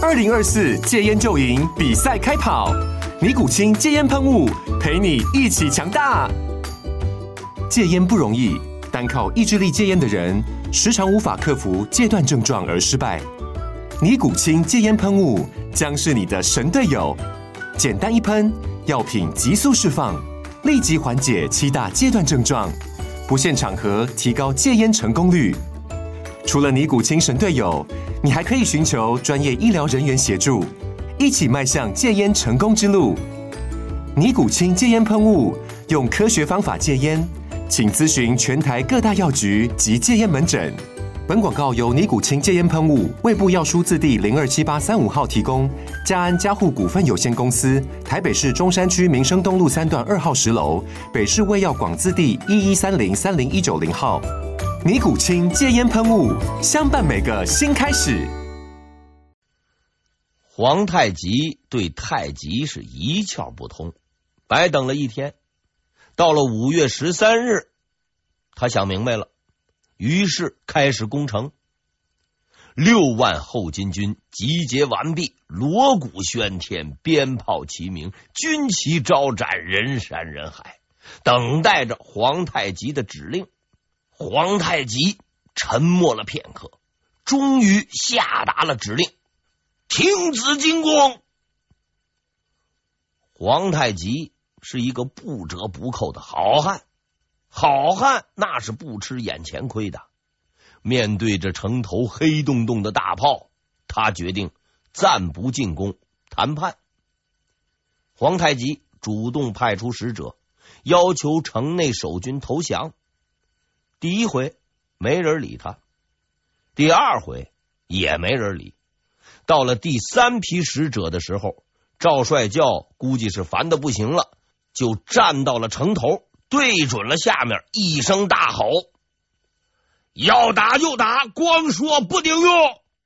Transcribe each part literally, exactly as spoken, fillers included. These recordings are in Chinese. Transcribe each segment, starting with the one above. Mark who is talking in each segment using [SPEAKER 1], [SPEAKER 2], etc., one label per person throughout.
[SPEAKER 1] 二零二四戒烟就赢比赛开跑，尼古清戒烟喷雾陪你一起强大。戒烟不容易，单靠意志力戒烟的人，时常无法克服戒断症状而失败。尼古清戒烟喷雾将是你的神队友，简单一喷，药品急速释放，立即缓解七大戒断症状，不限场合提高戒烟成功率。除了尼古清神队友，你还可以寻求专业医疗人员协助，一起迈向戒烟成功之路。尼古清戒烟喷雾，用科学方法戒烟，请咨询全台各大药局及戒烟门诊。本广告由尼古清戒烟喷雾、卫部药书字第零二七八三五号提供，嘉安嘉护股份有限公司，台北市中山区民生东路三段二号十楼，北市卫药广字第一一三零三零一九零号。尼古清戒烟喷雾，相伴每个新开始。
[SPEAKER 2] 皇太极对太极是一窍不通，白等了一天。到了五月十三日，他想明白了，于是开始攻城。六万后金军集结完毕，锣鼓喧天，鞭炮齐鸣，军旗招展，人山人海，等待着皇太极的指令。皇太极沉默了片刻，终于下达了指令：停止进攻。皇太极是一个不折不扣的好汉，好汉那是不吃眼前亏的。面对着城头黑洞洞的大炮，他决定暂不进攻，谈判。皇太极主动派出使者，要求城内守军投降。第一回没人理他，第二回也没人理。到了第三批使者的时候，赵帅教估计是烦得不行了，就站到了城头，对准了下面，一声大吼：要打就打，光说不顶用！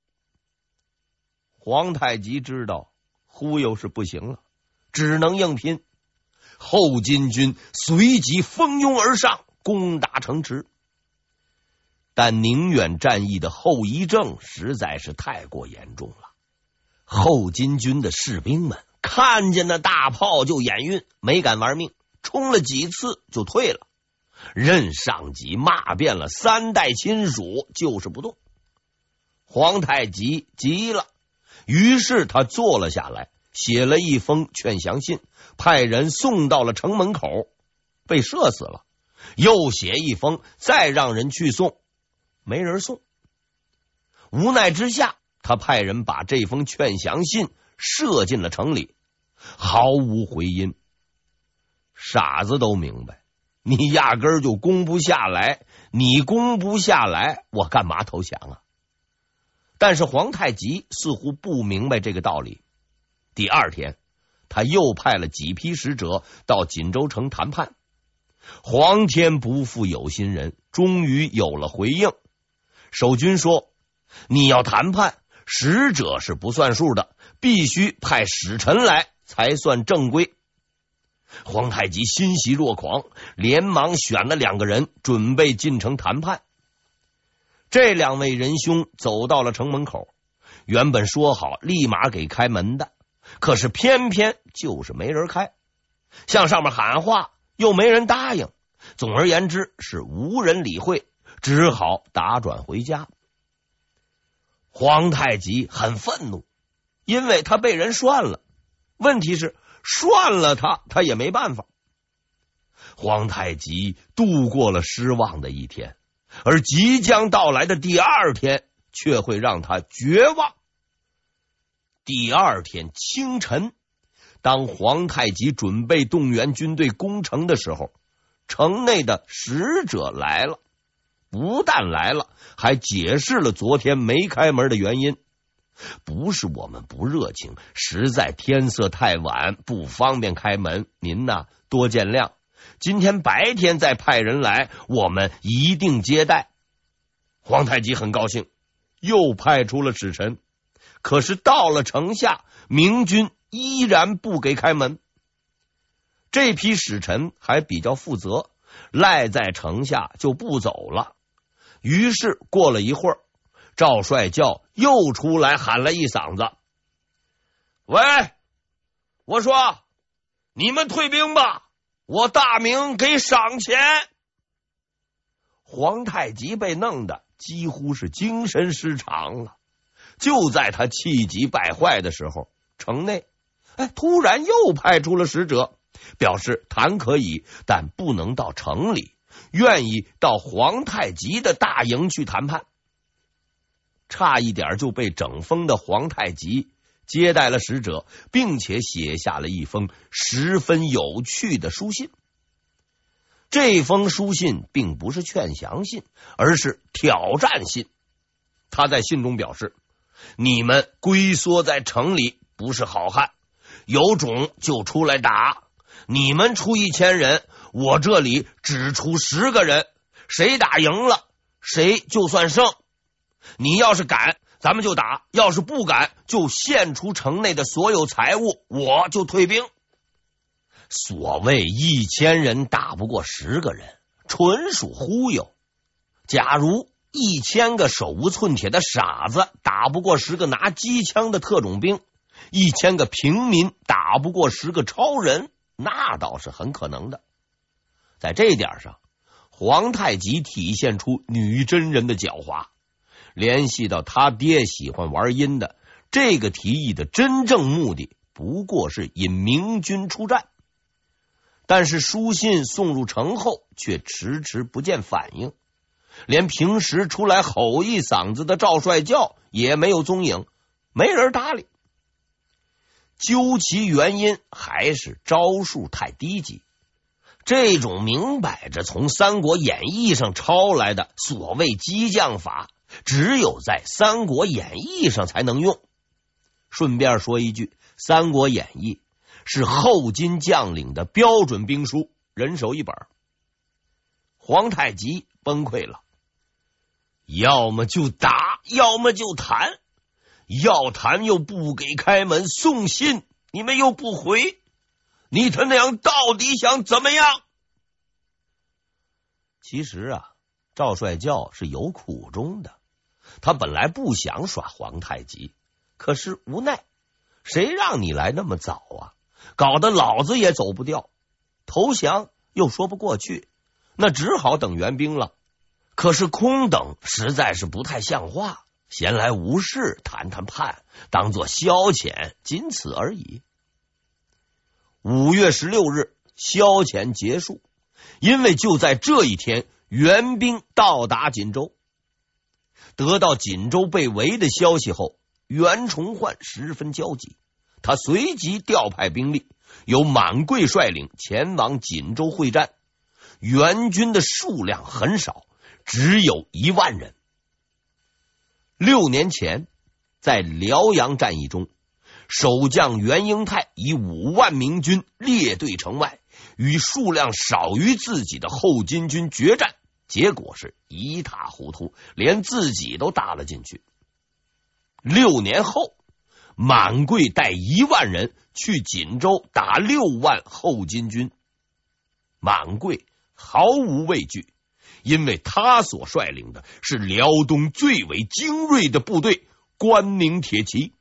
[SPEAKER 2] 皇太极知道忽悠是不行了，只能硬拼。后金军随即蜂拥而上，攻打城池。但宁远战役的后遗症实在是太过严重了。后金军的士兵们看见那大炮就眼晕，没敢玩命，冲了几次就退了。任上级骂遍了三代亲属，就是不动。皇太极急了，于是他坐了下来，写了一封劝降信，派人送到了城门口，被射死了。又写一封，再让人去送，没人送。无奈之下，他派人把这封劝降信射进了城里，毫无回音。傻子都明白，你压根儿就攻不下来，你攻不下来，我干嘛投降啊？但是皇太极似乎不明白这个道理。第二天，他又派了几批使者到锦州城谈判。皇天不负有心人，终于有了回应。守军说，你要谈判，使者是不算数的，必须派使臣来才算正规。皇太极欣喜若狂，连忙选了两个人准备进城谈判。这两位仁兄走到了城门口，原本说好立马给开门的，可是偏偏就是没人开，向上面喊话又没人答应，总而言之是无人理会，只好打转回家。皇太极很愤怒，因为他被人涮了，问题是涮了他，他也没办法。皇太极度过了失望的一天，而即将到来的第二天却会让他绝望。第二天清晨，当皇太极准备动员军队攻城的时候，城内的使者来了，不但来了，还解释了昨天没开门的原因。不是我们不热情，实在天色太晚，不方便开门，您呐多见谅。今天白天再派人来，我们一定接待。皇太极很高兴，又派出了使臣，可是到了城下，明军依然不给开门。这批使臣还比较负责，赖在城下就不走了。于是过了一会儿，赵帅教又出来喊了一嗓子： 喂，我说你们退兵吧，我大明给赏钱。皇太极被弄得几乎是精神失常了。就在他气急败坏的时候，城内哎突然又派出了使者，表示谈可以，但不能到城里，愿意到皇太极的大营去谈判。差一点就被整疯的皇太极接待了使者，并且写下了一封十分有趣的书信。这封书信并不是劝降信，而是挑战信。他在信中表示，你们龟缩在城里不是好汉，有种就出来打，你们出一千人，我这里只出十个人，谁打赢了谁就算胜。你要是敢咱们就打，要是不敢就献出城内的所有财物，我就退兵。所谓一千人打不过十个人，纯属忽悠。假如一千个手无寸铁的傻子打不过十个拿机枪的特种兵，一千个平民打不过十个超人，那倒是很可能的。在这点上，皇太极体现出女真人的狡猾。联系到他爹喜欢玩阴的，这个提议的真正目的不过是引明军出战。但是书信送入城后却迟迟不见反应，连平时出来吼一嗓子的赵帅教也没有踪影，没人搭理。究其原因，还是招数太低级。这种明摆着从《三国演义》上抄来的所谓激将法，只有在《三国演义》上才能用。顺便说一句，《三国演义》是后金将领的标准兵书，人手一本。皇太极崩溃了，要么就打，要么就谈，要谈又不给开门，送信你们又不回，你他娘到底想怎么样？其实啊，赵帅教是有苦衷的，他本来不想耍皇太极，可是无奈，谁让你来那么早啊，搞得老子也走不掉，投降又说不过去，那只好等援兵了。可是空等实在是不太像话，闲来无事谈谈判，当作消遣，仅此而已。五月十六日，消遣结束，因为就在这一天，援兵到达锦州。得到锦州被围的消息后，袁崇焕十分焦急，他随即调派兵力，由满贵率领前往锦州会战。援军的数量很少，只有一万人。六年前，在辽阳战役中，守将袁英泰以五万明军列队城外，与数量少于自己的后金军决战，结果是一塌糊涂，连自己都搭了进去。六年后，满贵带一万人去锦州打六万后金军，满贵毫无畏惧，因为他所率领的是辽东最为精锐的部队关宁铁骑。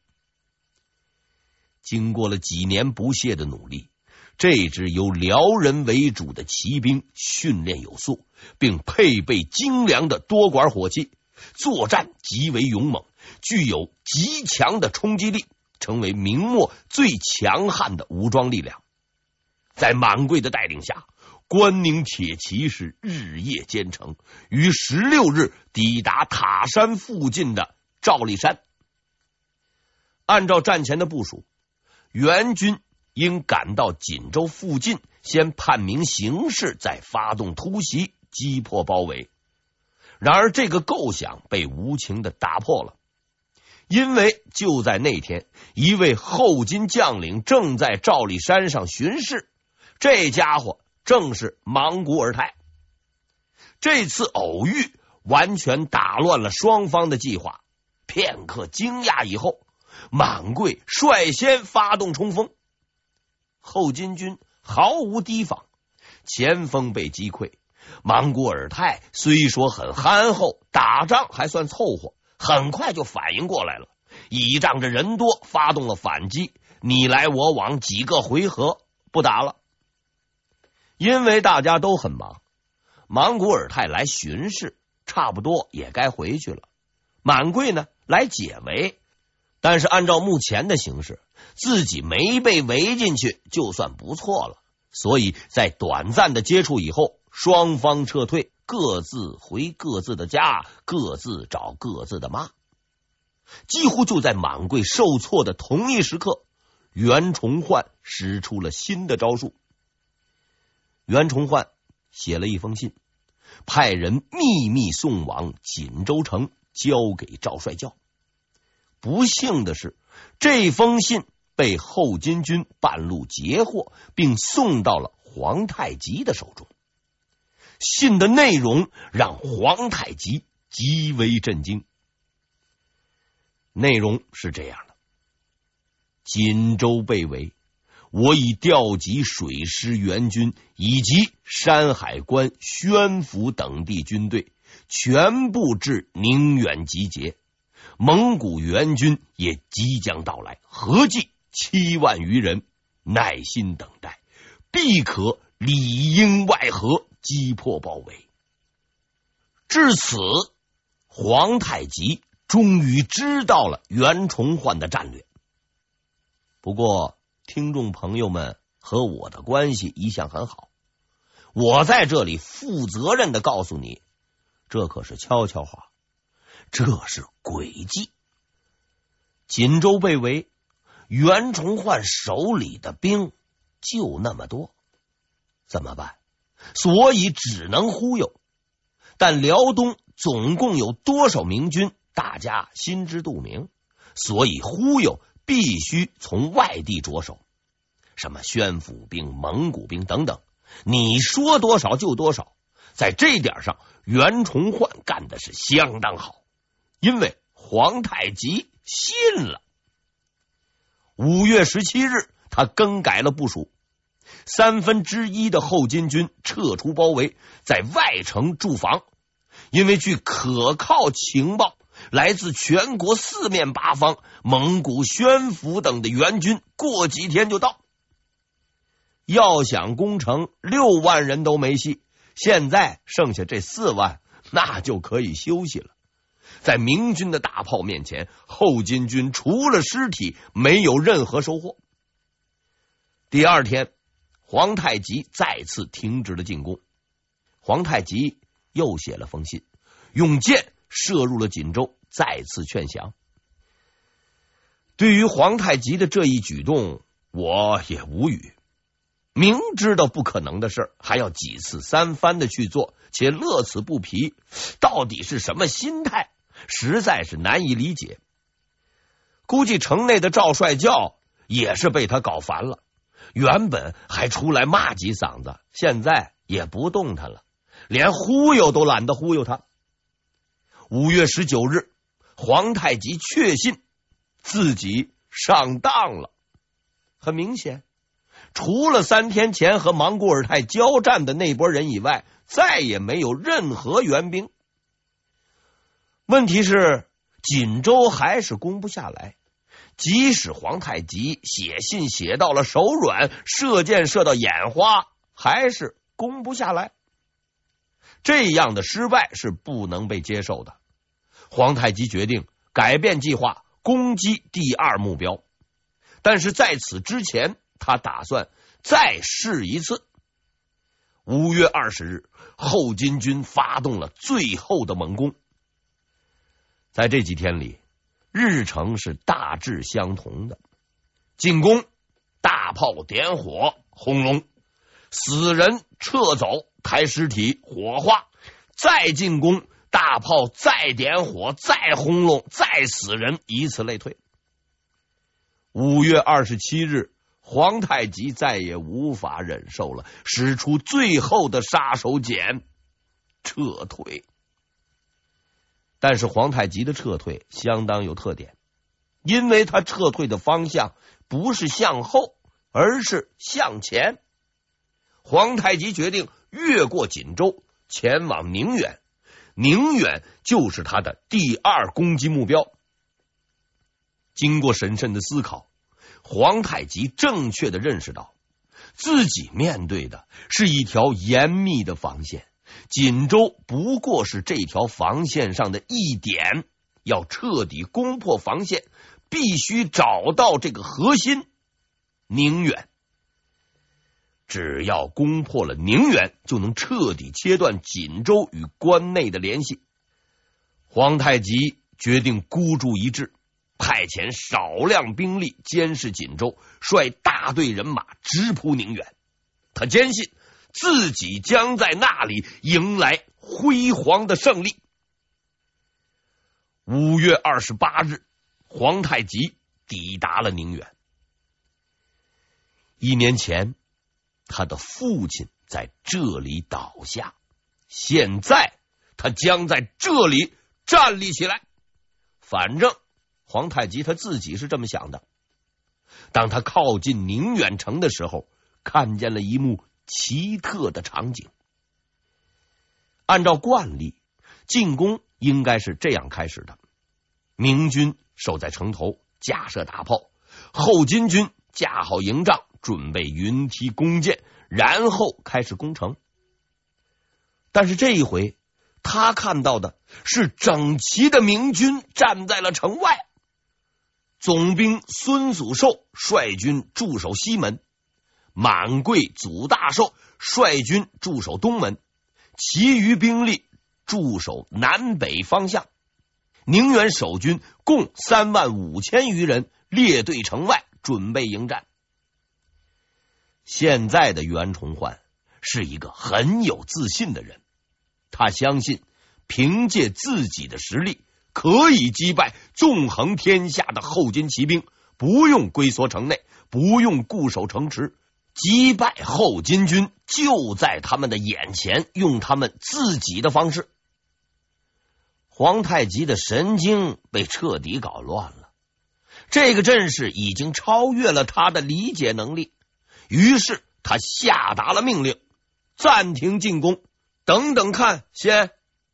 [SPEAKER 2] 经过了几年不懈的努力，这支由辽人为主的骑兵训练有素，并配备精良的多管火器，作战极为勇猛，具有极强的冲击力，成为明末最强悍的武装力量。在满贵的带领下，关宁铁骑是日夜兼程，于十六日抵达塔山附近的赵立山。按照战前的部署，援军应赶到锦州附近，先判明形势，再发动突袭，击破包围。然而这个构想被无情的打破了，因为就在那天，一位后金将领正在赵立山上巡视，这家伙正是莽古尔泰。这次偶遇完全打乱了双方的计划，片刻惊讶以后，满贵率先发动冲锋，后金军毫无提防，前锋被击溃。莽古尔泰虽说很憨厚，打仗还算凑合，很快就反应过来了，倚仗着人多发动了反击， 你来我往几个回合，不打了。因为大家都很忙，莽古尔泰来巡视，差不多也该回去了。满贵呢来解围，但是按照目前的形势，自己没被围进去就算不错了。所以在短暂的接触以后，双方撤退，各自回各自的家，各自找各自的妈。几乎就在满贵受挫的同一时刻，袁崇焕使出了新的招数。袁崇焕写了一封信，派人秘密送往锦州城，交给赵帅教。不幸的是，这封信被后金军半路截获，并送到了皇太极的手中。信的内容让皇太极极为震惊。内容是这样的：锦州被围，我已调集水师援军以及山海关、宣府等地军队，全部至宁远集结。蒙古援军也即将到来，合计七万余人，耐心等待，必可里应外合，击破包围。至此，皇太极终于知道了袁崇焕的战略。不过听众朋友们和我的关系一向很好，我在这里负责任的告诉你，这可是悄悄话，这是诡计。锦州被围，袁崇焕手里的兵就那么多，怎么办？所以只能忽悠。但辽东总共有多少明军，大家心知肚明，所以忽悠必须从外地着手，什么宣府兵、蒙古兵等等，你说多少就多少。在这点上，袁崇焕干的是相当好，因为皇太极信了。五月十七日，他更改了部署，三分之一的后金军撤出包围，在外城驻防。因为据可靠情报，来自全国四面八方，蒙古、宣府等的援军过几天就到。要想攻城，六万人都没戏，现在剩下这四万，那就可以休息了。在明军的大炮面前，后金军除了尸体，没有任何收获。第二天，皇太极再次停止了进攻。皇太极又写了封信，用箭射入了锦州，再次劝降。对于皇太极的这一举动，我也无语。明知道不可能的事，还要几次三番的去做，且乐此不疲，到底是什么心态？实在是难以理解。估计城内的赵帅教也是被他搞烦了，原本还出来骂几嗓子，现在也不动弹了，连忽悠都懒得忽悠他。五月十九日，皇太极确信自己上当了。很明显，除了三天前和莽古尔泰交战的那波人以外，再也没有任何援兵。问题是锦州还是攻不下来，即使皇太极写信写到了手软，射箭射到眼花，还是攻不下来。这样的失败是不能被接受的。皇太极决定改变计划，攻击第二目标。但是在此之前，他打算再试一次。五月二十日，后金军发动了最后的猛攻。在这几天里，日程是大致相同的。进攻，大炮点火，轰隆，死人撤走，抬尸体，火化，再进攻，大炮再点火，再轰隆，再死人，以此类推。五月二十七日，皇太极再也无法忍受了，使出最后的杀手锏，撤退。但是皇太极的撤退相当有特点，因为他撤退的方向不是向后，而是向前。皇太极决定越过锦州，前往宁远，宁远就是他的第二攻击目标。经过审慎的思考， 皇太极正确的认识到，自己面对的是一条严密的防线，锦州不过是这条防线上的一点，要彻底攻破防线，必须找到这个核心宁远。只要攻破了宁远，就能彻底切断锦州与关内的联系。皇太极决定孤注一掷，派遣少量兵力监视锦州，率大队人马直扑宁远。他坚信自己将在那里迎来辉煌的胜利。五月二十八日，皇太极抵达了宁远。一年前，他的父亲在这里倒下，现在他将在这里站立起来。反正皇太极他自己是这么想的。当他靠近宁远城的时候，看见了一幕奇特的场景。按照惯例，进攻应该是这样开始的：明军守在城头，架设大炮；后金军架好营帐，准备云梯弓箭，然后开始攻城。但是这一回，他看到的是整齐的明军站在了城外。总兵孙祖寿率军驻守西门，满贵祖大寿率军驻守东门，其余兵力驻守南北方向。宁远守军共三万五千余人列队城外，准备迎战。现在的袁崇焕是一个很有自信的人，他相信凭借自己的实力可以击败纵横天下的后金骑兵，不用龟缩城内，不用固守城池，击败后金军就在他们的眼前，用他们自己的方式。皇太极的神经被彻底搞乱了，这个阵势已经超越了他的理解能力，于是他下达了命令，暂停进攻，等等看先。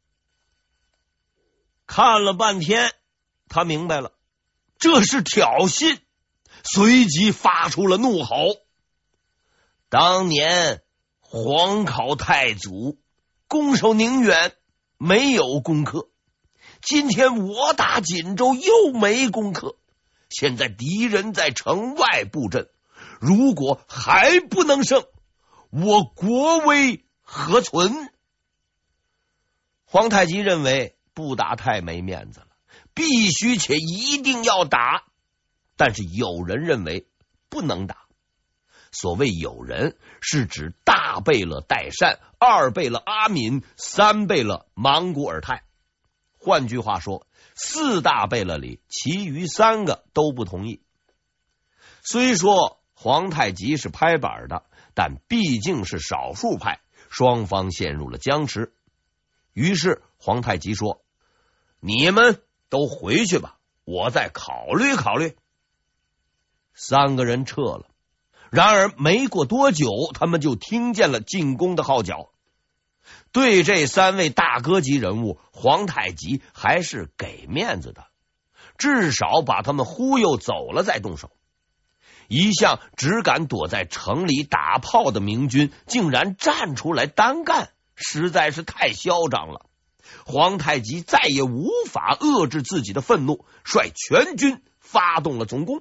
[SPEAKER 2] 看了半天，他明白了，这是挑衅，随即发出了怒吼。当年皇考太祖攻守宁远没有攻克，今天我打锦州又没攻克，现在敌人在城外布阵，如果还不能胜，我国威何存？皇太极认为不打太没面子了，必须且一定要打。但是有人认为不能打。所谓有人，是指大贝勒代善、二贝勒阿敏、三贝勒莽古尔泰。换句话说，四大贝勒里其余三个都不同意。虽说皇太极是拍板的，但毕竟是少数派，双方陷入了僵持。于是皇太极说：你们都回去吧，我再考虑考虑。三个人撤了。然而没过多久，他们就听见了进攻的号角。对这三位大哥级人物，皇太极还是给面子的，至少把他们忽悠走了再动手。一向只敢躲在城里打炮的明军，竟然站出来单干，实在是太嚣张了。皇太极再也无法遏制自己的愤怒，率全军发动了总攻。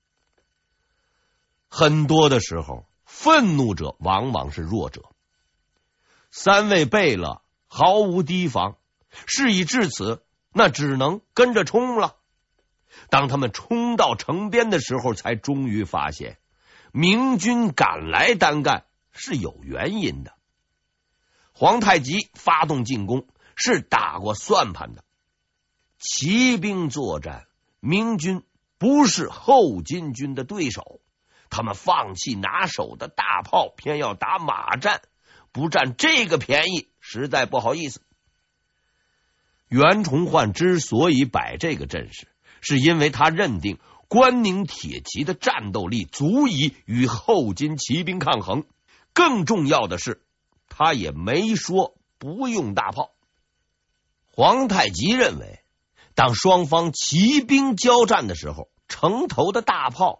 [SPEAKER 2] 很多的时候，愤怒者往往是弱者。三位贝勒毫无提防，事已至此，那只能跟着冲了。当他们冲到城边的时候，才终于发现明军赶来单干是有原因的。皇太极发动进攻是打过算盘的，骑兵作战，明军不是后金军的对手，他们放弃拿手的大炮，偏要打马战，不占这个便宜实在不好意思。袁崇焕之所以摆这个阵势，是因为他认定关宁铁骑的战斗力足以与后金骑兵抗衡，更重要的是他也没说不用大炮。皇太极认为，当双方骑兵交战的时候，城头的大炮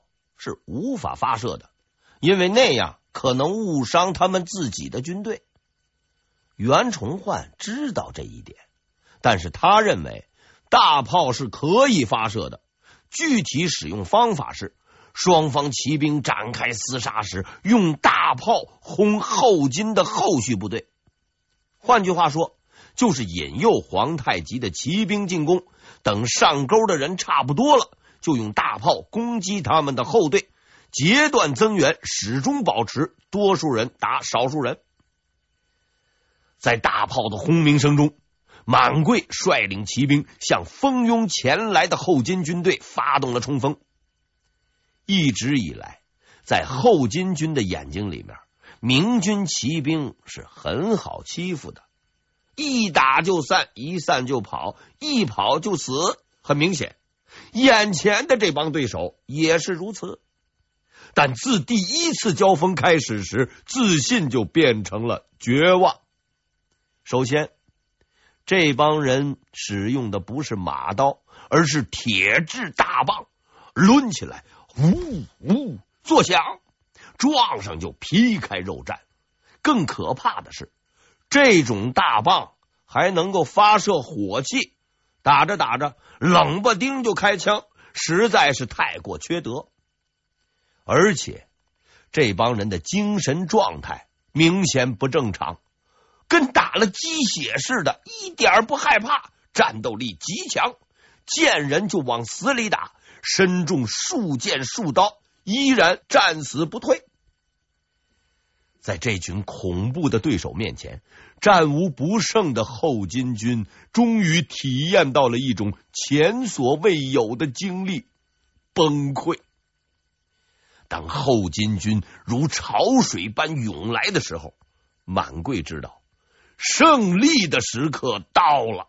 [SPEAKER 2] 是无法发射的，因为那样可能误伤他们自己的军队。袁崇焕知道这一点，但是他认为大炮是可以发射的，具体使用方法是双方骑兵展开厮杀时，用大炮轰后金的后续部队。换句话说，就是引诱皇太极的骑兵进攻，等上钩的人差不多了，就用大炮攻击他们的后队，截断增援，始终保持多数人打少数人。在大炮的轰鸣声中，满贵率领骑兵向蜂拥前来的后金军队发动了冲锋。一直以来，在后金军的眼睛里面，明军骑兵是很好欺负的，一打就散，一散就跑，一跑就死。很明显，眼前的这帮对手也是如此。但自第一次交锋开始时，自信就变成了绝望。首先，这帮人使用的不是马刀，而是铁制大棒，抡起来呜呜作响，撞上就皮开肉绽。更可怕的是，这种大棒还能够发射火器，打着打着冷不丁就开枪，实在是太过缺德。而且这帮人的精神状态明显不正常，跟打了鸡血似的，一点不害怕，战斗力极强，见人就往死里打，身中数箭数刀，依然战死不退。在这群恐怖的对手面前，战无不胜的后金军终于体验到了一种前所未有的经历——崩溃。当后金军如潮水般涌来的时候，满贵知道胜利的时刻到了。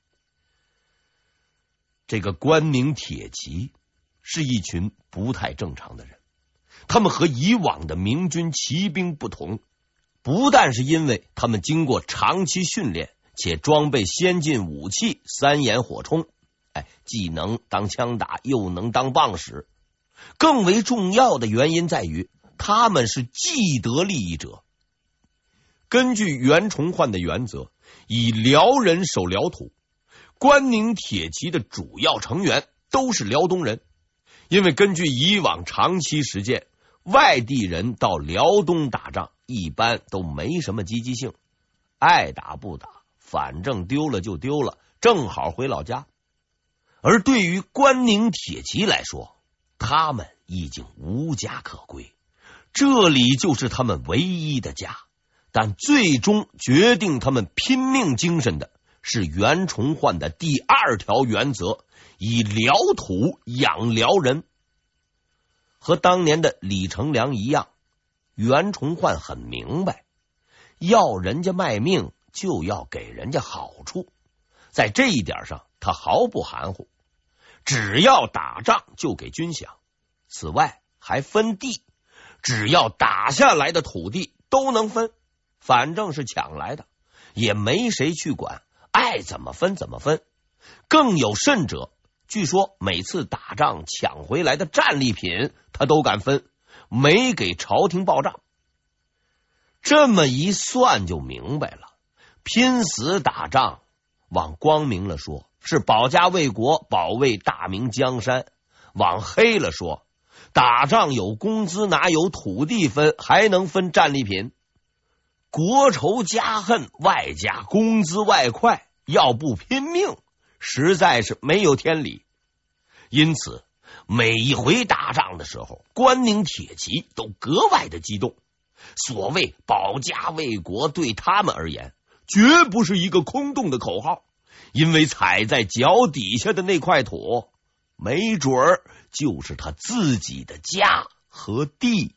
[SPEAKER 2] 这个关宁铁骑是一群不太正常的人，他们和以往的明军骑兵不同，不但是因为他们经过长期训练，且装备先进武器三眼火冲，哎，既能当枪打，又能当棒使。更为重要的原因在于，他们是既得利益者。根据袁崇焕的原则，以辽人守辽土，关宁铁骑的主要成员都是辽东人。因为根据以往长期实践，外地人到辽东打仗一般都没什么积极性，爱打不打，反正丢了就丢了，正好回老家。而对于关宁铁骑来说，他们已经无家可归，这里就是他们唯一的家。但最终决定他们拼命精神的是袁崇焕的第二条原则：以辽土养辽人。和当年的李成梁一样，袁崇焕很明白，要人家卖命就要给人家好处，在这一点上他毫不含糊，只要打仗就给军饷，此外还分地，只要打下来的土地都能分，反正是抢来的，也没谁去管，爱怎么分怎么分。更有甚者，据说每次打仗抢回来的战利品他都敢分，没给朝廷报账。这么一算就明白了，拼死打仗往光明了说是保家卫国，保卫大明江山；往黑了说，打仗有工资拿，有土地分，还能分战利品。国仇家恨，外加工资外快，要不拼命实在是没有天理。因此每一回打仗的时候，关宁铁骑都格外的激动。所谓保家卫国，对他们而言绝不是一个空洞的口号，因为踩在脚底下的那块土没准儿就是他自己的家和地。